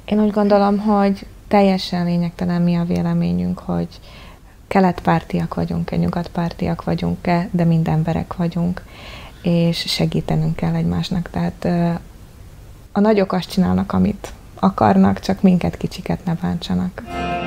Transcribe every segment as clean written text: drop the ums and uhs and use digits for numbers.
Én úgy gondolom, hogy teljesen lényegtelen mi a véleményünk, hogy keletpártiak vagyunk-e, nyugatpártiak vagyunk-e, de mind emberek vagyunk, és segítenünk kell egymásnak. Tehát a nagyok azt csinálnak, amit akarnak, csak minket, kicsiket ne bántsanak.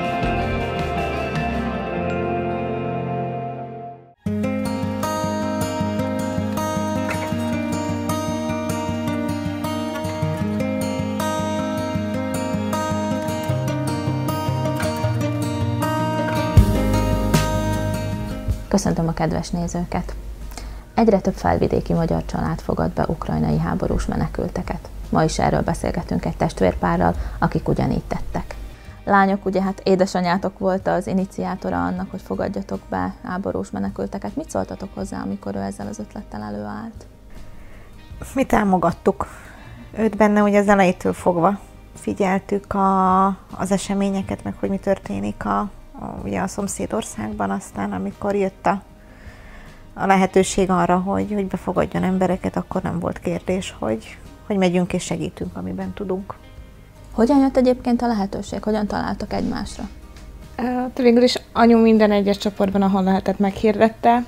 Köszöntöm a kedves nézőket! Egyre több felvidéki magyar család fogad be ukrajnai háborús menekülteket. Ma is erről beszélgetünk egy testvérpárral, akik ugyanígy tettek. Lányok, ugye hát édesanyátok volt az iniciátora annak, hogy fogadjatok be háborús menekülteket. Mit szóltatok hozzá, amikor ő ezzel az ötlettel előállt? Mi támogattuk őt benne, hogy az elejétől fogva figyeltük az eseményeket, meg hogy mi történik ugye a szomszédországban, aztán amikor jött a lehetőség arra, hogy befogadjon embereket, akkor nem volt kérdés, hogy megyünk és segítünk, amiben tudunk. Hogyan jött egyébként a lehetőség? Hogyan találtak egymásra? Végül is anyu minden egyes csoportban, ahol lehetett, meghirdette,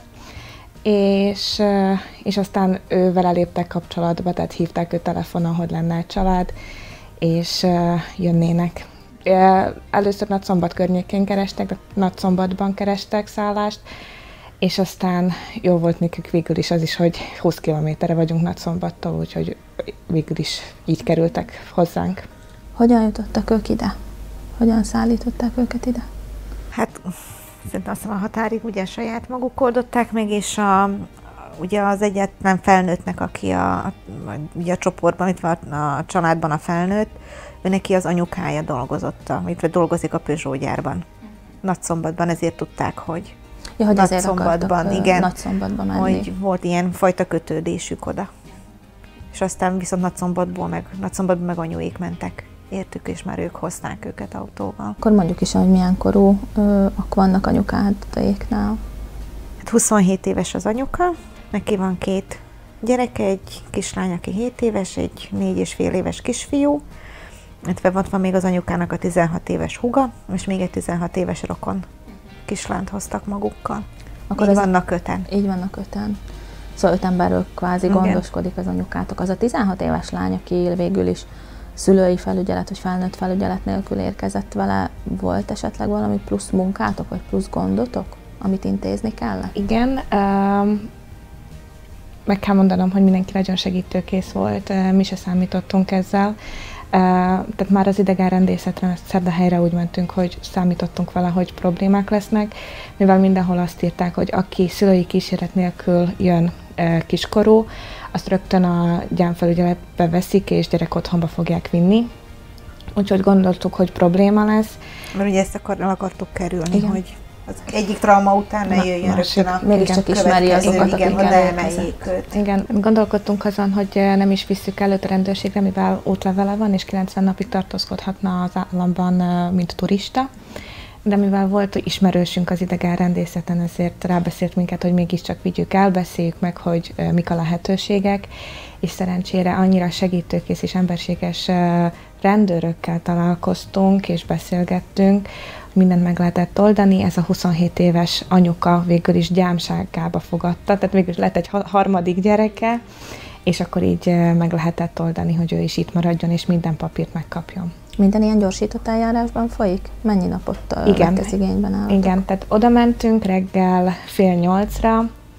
és aztán vele léptek kapcsolatba, tehát hívták őt telefonon, hogy lenne egy család, és jönnének. Először Nagyszombat környékén kerestek, de Nagyszombatban kerestek szállást, és aztán jó volt nekik végül is az is, hogy 20 kilométerre vagyunk Nagyszombattól, úgyhogy végül is így kerültek hozzánk. Hogyan jutottak ők ide? Hogyan szállították őket ide? Hát szerintem azt a határig ugye saját maguk oldották meg, és ugye az egyetlen felnőttnek, aki ugye a csoportban, itt van a családban a felnőtt, ő neki az anyukája dolgozik a Peugeot gyárban. Nagyszombatban, ezért tudták, hogy Nagyszombatban, igen, Nagyszombatban menni. Hogy volt ilyen fajta kötődésük oda. És aztán viszont Nagyszombatban meg anyuék mentek értük, és már ők hozták őket autóval. Akkor mondjuk is, hogy milyen korúak vannak anyukátéknál. Hát 27 éves az anyuka, neki van 2 gyereke, egy kislány, aki 7 éves, egy 4,5 éves kisfiú, illetve van még az anyukának a 16 éves húga, és még egy 16 éves rokon kislányt hoztak magukkal. Akkor így vannak 5-en. Így vannak 5-en. Szóval 5 emberről kvázi gondoskodik az anyukátok. Az a 16 éves lány, aki végül is szülői felügyelet, vagy felnőtt felügyelet nélkül érkezett vele, volt esetleg valami plusz munkátok, vagy plusz gondotok, amit intézni kellett? Igen, meg kell mondanom, hogy mindenki nagyon segítőkész volt, mi se számítottunk ezzel. Tehát már az idegenrendészetre, Szerdahelyre úgy mentünk, hogy számítottunk vele, hogy problémák lesznek, mivel mindenhol azt írták, hogy aki szülői kíséret nélkül jön kiskorú, azt rögtön a gyámfelügyeletbe veszik, és gyerek otthonba fogják vinni. Úgyhogy gondoltuk, hogy probléma lesz. Mert ugye ezt el akartuk kerülni, igen, hogy az egyik trauma után ne jöjjön rögtön a mégiscsak ismeri azokat, akik emeljék őt. Igen, gondolkodtunk azon, hogy nem is visszük el őt a rendőrségre, mivel útlevele van, és 90 napig tartózkodhatna az államban, mint turista. De mivel volt ismerősünk az idegenrendészeten, ezért rábeszélt minket, hogy mégiscsak vigyük el, beszéljük meg, hogy mik a lehetőségek, és szerencsére annyira segítőkész és emberséges rendőrökkel találkoztunk, és beszélgettünk, mindent meg lehetett oldani. Ez a 27 éves anyuka végül is gyámságába fogadta, tehát végül is lett egy harmadik gyereke, és akkor így meg lehetett oldani, hogy ő is itt maradjon, és minden papírt megkapjon. Minden ilyen gyorsított eljárásban folyik? Mennyi napot vett ez igényben állatok? Igen, tehát oda mentünk reggel 7:30,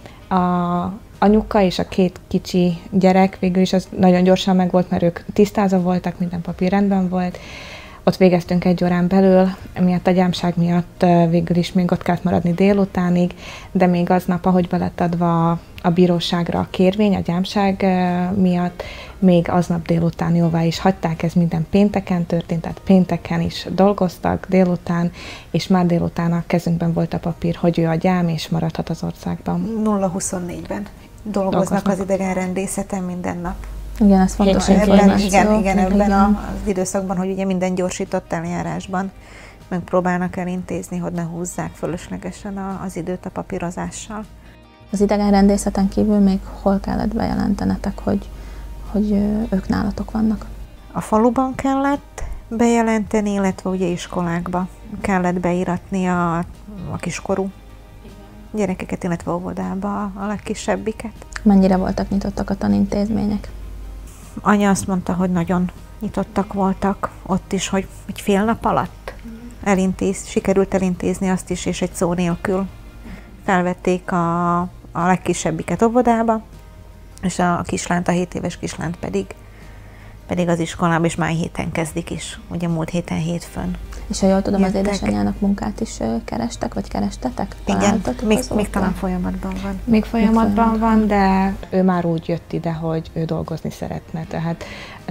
a anyuka és a 2 kicsi gyerek végül is az nagyon gyorsan megvolt, mert ők tisztázva voltak, minden papír rendben volt. Ott végeztünk 1 órán belül, miatt a gyámság miatt végül is még ott kellett maradni délutánig, de még aznap, ahogy be lett adva a bíróságra a kérvény a gyámság miatt, még aznap délután jóvá is hagyták, ez minden pénteken történt, tehát pénteken is dolgoztak délután, és már délután a kezünkben volt a papír, hogy ő a gyám, és maradhat az országban. 0-24-ben dolgoznak az idegenrendészeten minden nap. Igen, ez fontos információ. Igen, ebben az időszakban, hogy ugye minden gyorsított eljárásban megpróbálnak elintézni, hogy ne húzzák fölöslegesen az időt a papírozással. Az idegenrendészeten kívül még hol kellett bejelentenetek, hogy ők nálatok vannak? A faluban kellett bejelenteni, illetve ugye iskolákba kellett beíratni a kiskorú gyerekeket, illetve óvodába a legkisebbiket. Mennyire voltak nyitottak a tanintézmények? Anya azt mondta, hogy nagyon nyitottak voltak ott is, hogy fél nap alatt sikerült elintézni azt is, és egy szó nélkül felvették a legkisebbiket óvodába, és a kislányt, a 7 éves kislányt pedig az iskolában, és már héten kezdik is, ugye múlt héten hétfőn. És ha jól tudom, jöttek. Az édesanyjának munkát is kerestek, vagy kerestetek? Igen, még talán folyamatban van. Még folyamatban van, de ő már úgy jött ide, hogy ő dolgozni szeretne. Tehát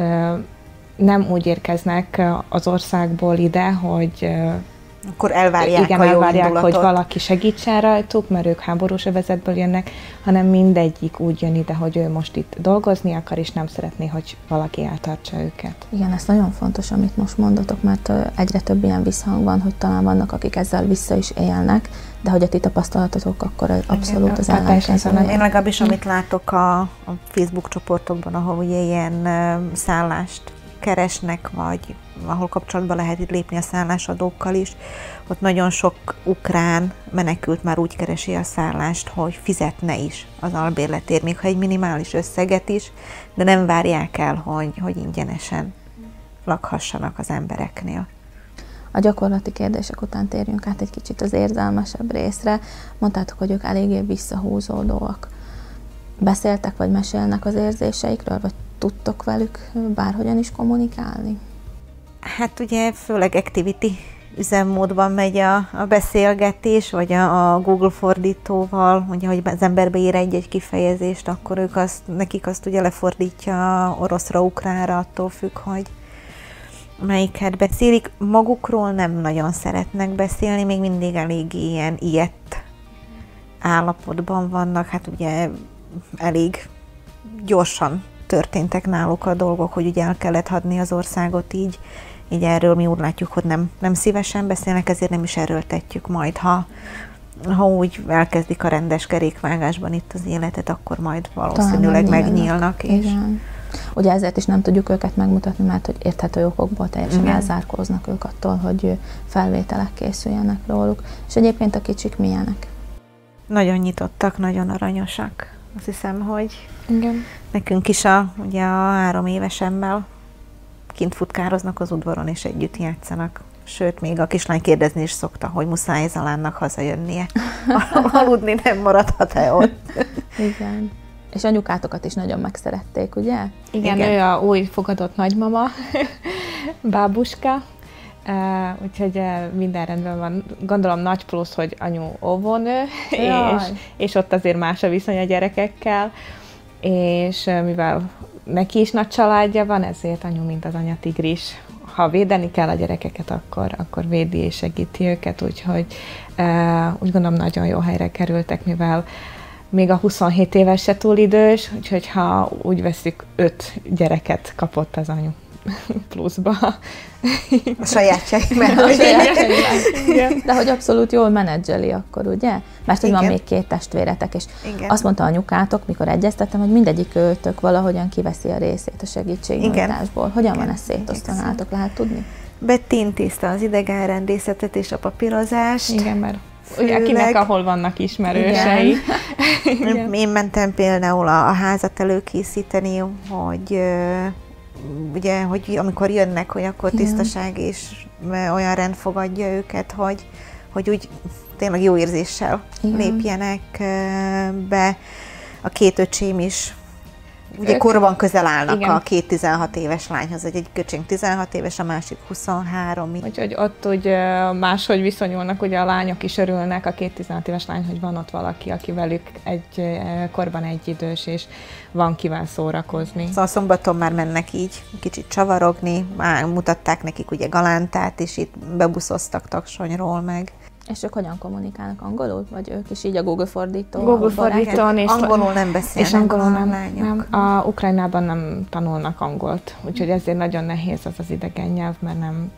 nem úgy érkeznek az országból ide, hogy akkor elvárják igen, a jó elvárják, indulatot, hogy valaki segítsen rajtuk, mert ők háborús övezetből jönnek, hanem mindegyik úgy jön ide, hogy ő most itt dolgozni akar, és nem szeretné, hogy valaki eltartsa őket. Igen, ez nagyon fontos, amit most mondotok, mert egyre több ilyen visszhang van, hogy talán vannak, akik ezzel vissza is élnek, de hogy a ti tapasztalatotok, akkor abszolút igen, az ellenkező. Én legalábbis, amit látok a Facebook csoportokban, ahol ugye ilyen szállást keresnek, vagy ahol kapcsolatba lehet itt lépni a szállásadókkal is, ott nagyon sok ukrán menekült már úgy keresi a szállást, hogy fizetne is az albérletért, még ha egy minimális összeget is, de nem várják el, hogy ingyenesen lakhassanak az embereknél. A gyakorlati kérdések után térjünk át egy kicsit az érzelmesebb részre. Mondtátok, hogy ők eléggé visszahúzódóak. Beszéltek vagy mesélnek az érzéseikről, vagy tudtok velük bárhogyan is kommunikálni? Hát ugye főleg activity üzemmódban megy a beszélgetés, vagy a Google fordítóval, ugye, hogy az ember beír egy kifejezést, akkor nekik azt ugye lefordítja oroszra, ukránra, attól függ, hogy melyiket beszélik. Magukról nem nagyon szeretnek beszélni, még mindig elég ilyen ijett állapotban vannak, hát ugye elég gyorsan történtek náluk a dolgok, hogy ugye el kellett hagyni az országot így erről mi úgy látjuk, hogy nem szívesen beszélnek, ezért nem is erőltetjük majd, ha úgy elkezdik a rendes kerékvágásban itt az életet, akkor majd valószínűleg megnyílnak. Igen. Ugye ezért is nem tudjuk őket megmutatni, mert hogy érthető okokból teljesen elzárkóznak ők attól, hogy felvételek készüljenek róluk. És egyébként a kicsik milyenek? Nagyon nyitottak, nagyon aranyosak. Azt hiszem, hogy igen. Nekünk is ugye a 3 évesemmel kint futkároznak az udvaron, és együtt játszanak. Sőt, még a kislány kérdezni is szokta, hogy muszáj Zalánnak hazajönnie. Aludni nem maradhat-e ott. Igen. És anyukátokat is nagyon megszerették, ugye? Igen, ő a új fogadott nagymama, bábuska. Úgyhogy minden rendben van. Gondolom nagy plusz, hogy anyu óvónő, és ott azért más a viszony a gyerekekkel, és mivel neki is nagy családja van, ezért anyu, mint az anya tigris. Ha védeni kell a gyerekeket, akkor védi és segíti őket, úgyhogy úgy gondolom nagyon jó helyre kerültek, mivel még a 27 éves se túl idős, úgyhogy ha úgy veszük, 5 gyereket kapott az anyu pluszba. A sajátjai mellett. De hogy abszolút jól menedzseli akkor, ugye? Mert hogy van még 2 testvéretek, és azt mondta anyukátok, mikor egyeztettem, hogy mindegyik őtök valahogyan kiveszi a részét a segítségnyújtásból. Hogyan van ez szétosztva nálatok, lehet tudni? Betty intézte az idegenrendészetet és a papírozást. Igen, mert ugye akinek ahol vannak ismerősei. Én mentem például a házat előkészíteni, hogy ugye, hogy amikor jönnek, hogy akkor tisztaság és olyan rend fogadja őket, hogy úgy tényleg jó érzéssel lépjenek be. A 2 öcsém is ugye korban közel állnak a 2 16 éves lányhoz, egy köcsém 16 éves, a másik 23. Úgyhogy ott úgy máshogy viszonyulnak, ugye a lányok is örülnek, a 2 16 éves lány, hogy van ott valaki, aki velük korban egyidős, és van kivel szórakozni. Szóval szombaton már mennek így kicsit csavarogni, már mutatták nekik ugye Galántát, és itt bebuszoztak Taksonyról meg. És ők hogyan kommunikálnak, angolul? Vagy ők is így a Google fordító? Google fordítón, és angolul nem beszélnek. És angolul nem. A Ukrajnában nem tanulnak angolt, úgyhogy ezért nagyon nehéz az idegen nyelv, mert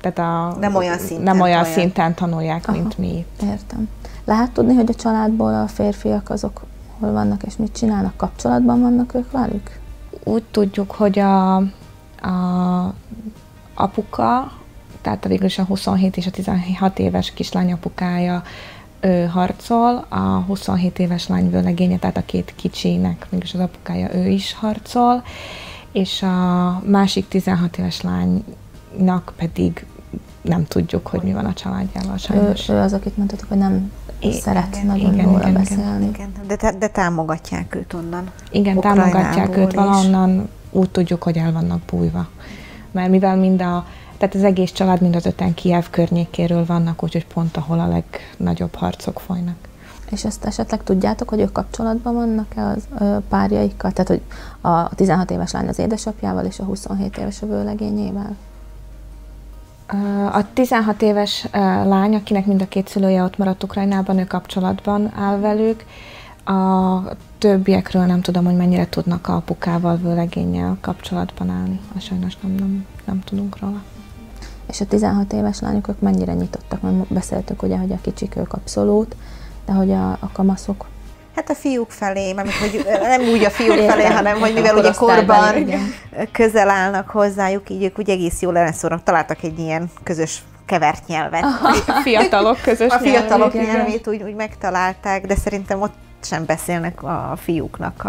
nem olyan szinten tanulják, mint mi. Értem. Lehet tudni, hogy a családból a férfiak azok hol vannak és mit csinálnak? Kapcsolatban vannak ők velük? Úgy tudjuk, hogy a apuka tehát végülis a 27 és a 16 éves kislány apukája harcol, a 27 éves lány vőlegénye, tehát a két kicsinek, mégis az apukája, ő is harcol, és a másik 16 éves lánynak pedig nem tudjuk, hogy mi van a családjával sajnos. Ő az, akit mondhatok, hogy nem szeret nagyon róla beszélni. Igen. De támogatják őt onnan. Igen, támogatják őt valahonnan, úgy tudjuk, hogy el vannak bújva. Mert mivel tehát az egész család mind az 5-en Kijev környékéről vannak, úgyhogy pont ahol a legnagyobb harcok folynak. És ezt esetleg tudjátok, hogy ők kapcsolatban vannak-e az párjaikkal? Tehát, hogy a 16 éves lány az édesapjával, és a 27 éves a vőlegényével? A 16 éves lány, akinek mind a két szülője ott maradt Ukrajnában, ő kapcsolatban áll velük. A többiekről nem tudom, hogy mennyire tudnak a apukával, vőlegénnyel kapcsolatban állni. Sajnos nem tudunk róla. És a 16 éves lányok, ők mennyire nyitottak? Mert beszéltük ugye, hogy a kicsik ők abszolút, de hogy a kamaszok? Hát a fiúk felé, mert hogy nem úgy a fiúk felé, hanem hogy mivel ugye korban közel állnak hozzájuk, így ők úgy egész jól ellenszórnak, találtak egy ilyen közös kevert nyelvet. A fiatalok közös nyelvét. A fiatalok nyelvét úgy megtalálták, de szerintem ott sem beszélnek a fiúknak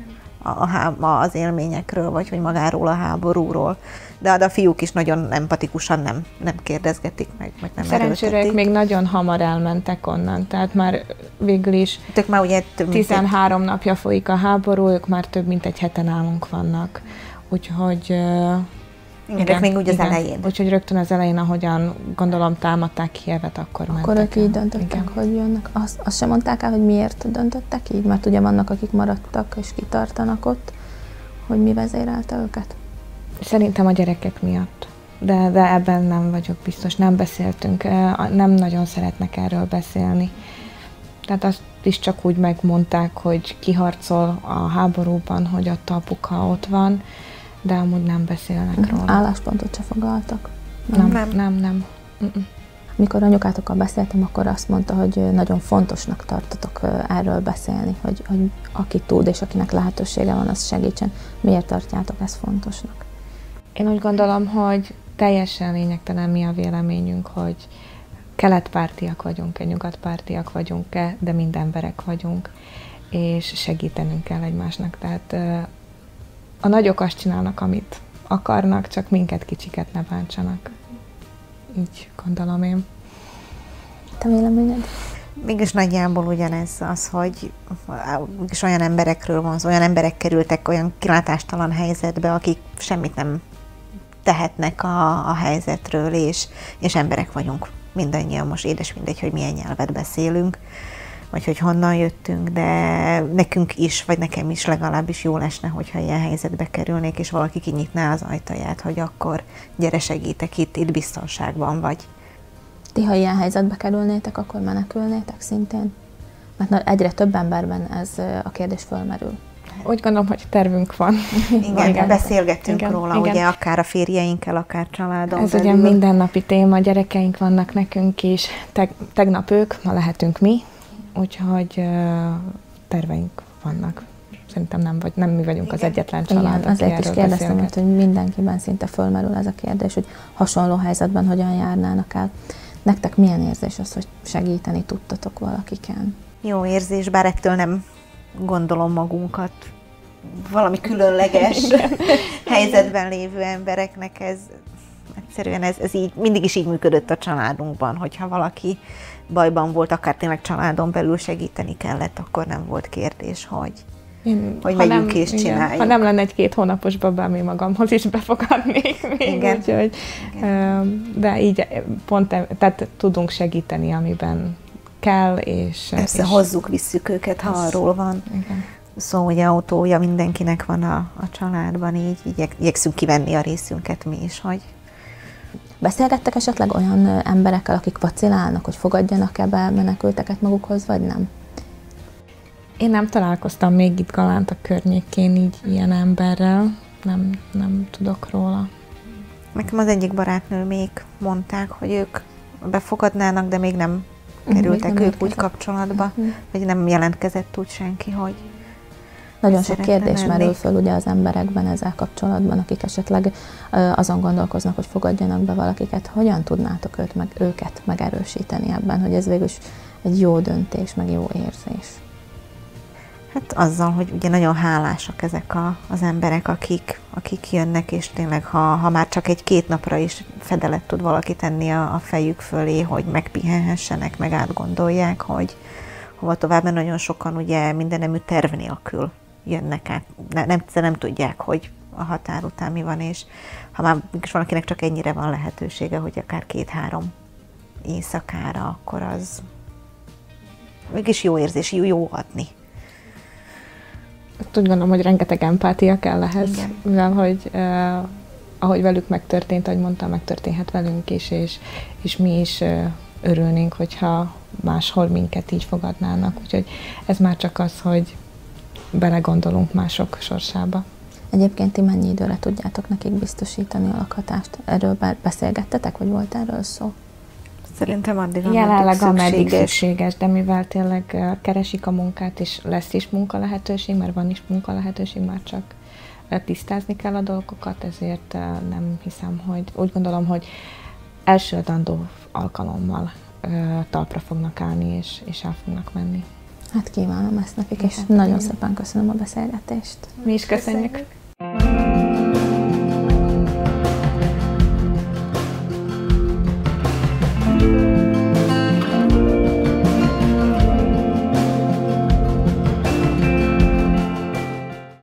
az élményekről, vagy hogy magáról a háborúról. De a fiúk is nagyon empatikusan nem kérdezgetik meg nem Szerencsére ők még nagyon hamar elmentek onnan, tehát már végül is már ugye 13 napja folyik a háború, ők már több mint egy hete nálunk vannak. Úgyhogy igen, még úgy az elején. Úgyhogy rögtön az elején, ahogyan gondolom támadták Kijevet, akkor mentek. Akkor ők így döntöttek, hogy jönnek. Azt sem mondták el, hogy miért döntöttek így? Mert ugye vannak, akik maradtak és kitartanak ott, hogy mi vezérelte őket? Szerintem a gyerekek miatt. De ebben nem vagyok biztos. Nem beszéltünk, nem nagyon szeretnek erről beszélni. Tehát azt is csak úgy megmondták, hogy kiharcol a háborúban, hogy ott apuka ott van, de amúgy nem beszélnek róla. Álláspontot se foglaltak? Nem. Mikor anyukátokkal beszéltem, akkor azt mondta, hogy nagyon fontosnak tartotok erről beszélni, hogy aki tud és akinek lehetősége van, az segítsen. Miért tartjátok ezt fontosnak? Én úgy gondolom, hogy teljesen lényegtelen mi a véleményünk, hogy keletpártiak vagyunk-e, nyugatpártiak vagyunk-e, de mind emberek vagyunk, és segítenünk kell egymásnak. Tehát a nagyok azt csinálnak, amit akarnak, csak minket, kicsiket ne bántsanak. Így gondolom én. Te véleményed? Mégis nagyjából ugyanez az, hogy mégis olyan emberekről van szó, olyan emberek kerültek olyan kilátástalan helyzetbe, akik semmit nem tehetnek a helyzetről, és emberek vagyunk. Mindannyian most édes mindegy, hogy milyen nyelvet beszélünk, vagy hogy honnan jöttünk, de nekünk is, vagy nekem is legalábbis jól esne, hogyha ilyen helyzetbe kerülnék, és valaki kinyitná az ajtaját, hogy akkor gyere, segítek, itt biztonságban vagy. Ti, ha ilyen helyzetbe kerülnétek, akkor menekülnétek szintén? Mert egyre több emberben ez a kérdés fölmerül. Úgy gondolom, hogy tervünk van. Igen, beszélgetünk róla, ugye akár a férjeinkkel, akár családon ez belül. Ugye mindennapi téma, gyerekeink vannak nekünk is, tegnap ők, ma lehetünk mi, úgyhogy terveink vannak. Szerintem nem mi vagyunk az egyetlen család, igen, azért is kérdeztem, mert hogy mindenkiben szinte fölmerül ez a kérdés, hogy hasonló helyzetben hogyan járnának el. Nektek milyen érzés az, hogy segíteni tudtatok valakiken? Jó érzés, bár ettől nem gondolom magunkat valami különleges helyzetben lévő embereknek. Ez egyszerűen ez így, mindig is így működött a családunkban, hogyha valaki bajban volt, akár tényleg családon belül segíteni kellett, akkor nem volt kérdés, hogy megyünk és csináljuk. Ha nem lenne egy 2 hónapos babám, én magamhoz is befogadnék még. Igen. Úgyhogy, de így pont tehát tudunk segíteni, amiben kell, és hozzuk, visszük őket, ha arról van. Igen. Szóval ugye autója mindenkinek van a családban, így igyekszünk kivenni a részünket mi is, hogy... Beszélgettek esetleg olyan emberekkel, akik vacilálnak, hogy fogadjanak-e be menekülteket magukhoz, vagy nem? Én nem találkoztam még itt Galánta környékén így ilyen emberrel, nem tudok róla. Nekem az egyik barátnő még mondták, hogy ők befogadnának, de még nem kerültek ők úgy kapcsolatba, vagy nem jelentkezett úgy senki, Nagyon sok kérdés merül föl ugye az emberekben ezzel kapcsolatban, akik esetleg azon gondolkoznak, hogy fogadjanak be valakiket. Hogyan tudnátok őket megerősíteni ebben, hogy ez végül is egy jó döntés, meg jó érzés? Hát azzal, hogy ugye nagyon hálásak ezek az emberek, akik jönnek, és tényleg, ha már csak egy-két napra is fedelet tud valaki tenni a fejük fölé, hogy megpihenhessenek, meg átgondolják, hogy hova tovább, mert nagyon sokan ugye mindennemű terv nélkül jönnek át. Nem tudják, hogy a határ után mi van, és ha már mégis valakinek csak ennyire van lehetősége, hogy akár 2-3 éjszakára, akkor az mégis jó érzés, jó adni. Úgy gondolom, hogy rengeteg empátia kell ehhez, mivel hogy ahogy velük megtörtént, ahogy mondtam, megtörténhet velünk is, és mi is örülnénk, hogyha máshol minket így fogadnának. Úgyhogy ez már csak az, hogy belegondolunk mások sorsába. Egyébként ti mennyi időre tudjátok nekik biztosítani a lakhatást? Erről beszélgettetek, vagy volt erről szó? Szerintem addig, jelenleg ameddig szükséges, de mivel tényleg keresik a munkát, és lesz is munka lehetőség, mert van is munka lehetőség, már csak tisztázni kell a dolgokat, ezért nem hiszem, hogy úgy gondolom, hogy elsődandó alkalommal talpra fognak állni, és el fognak menni. Hát kívánom ezt nekik, és nagyon szépen köszönöm a beszélgetést. Mi is köszönjük.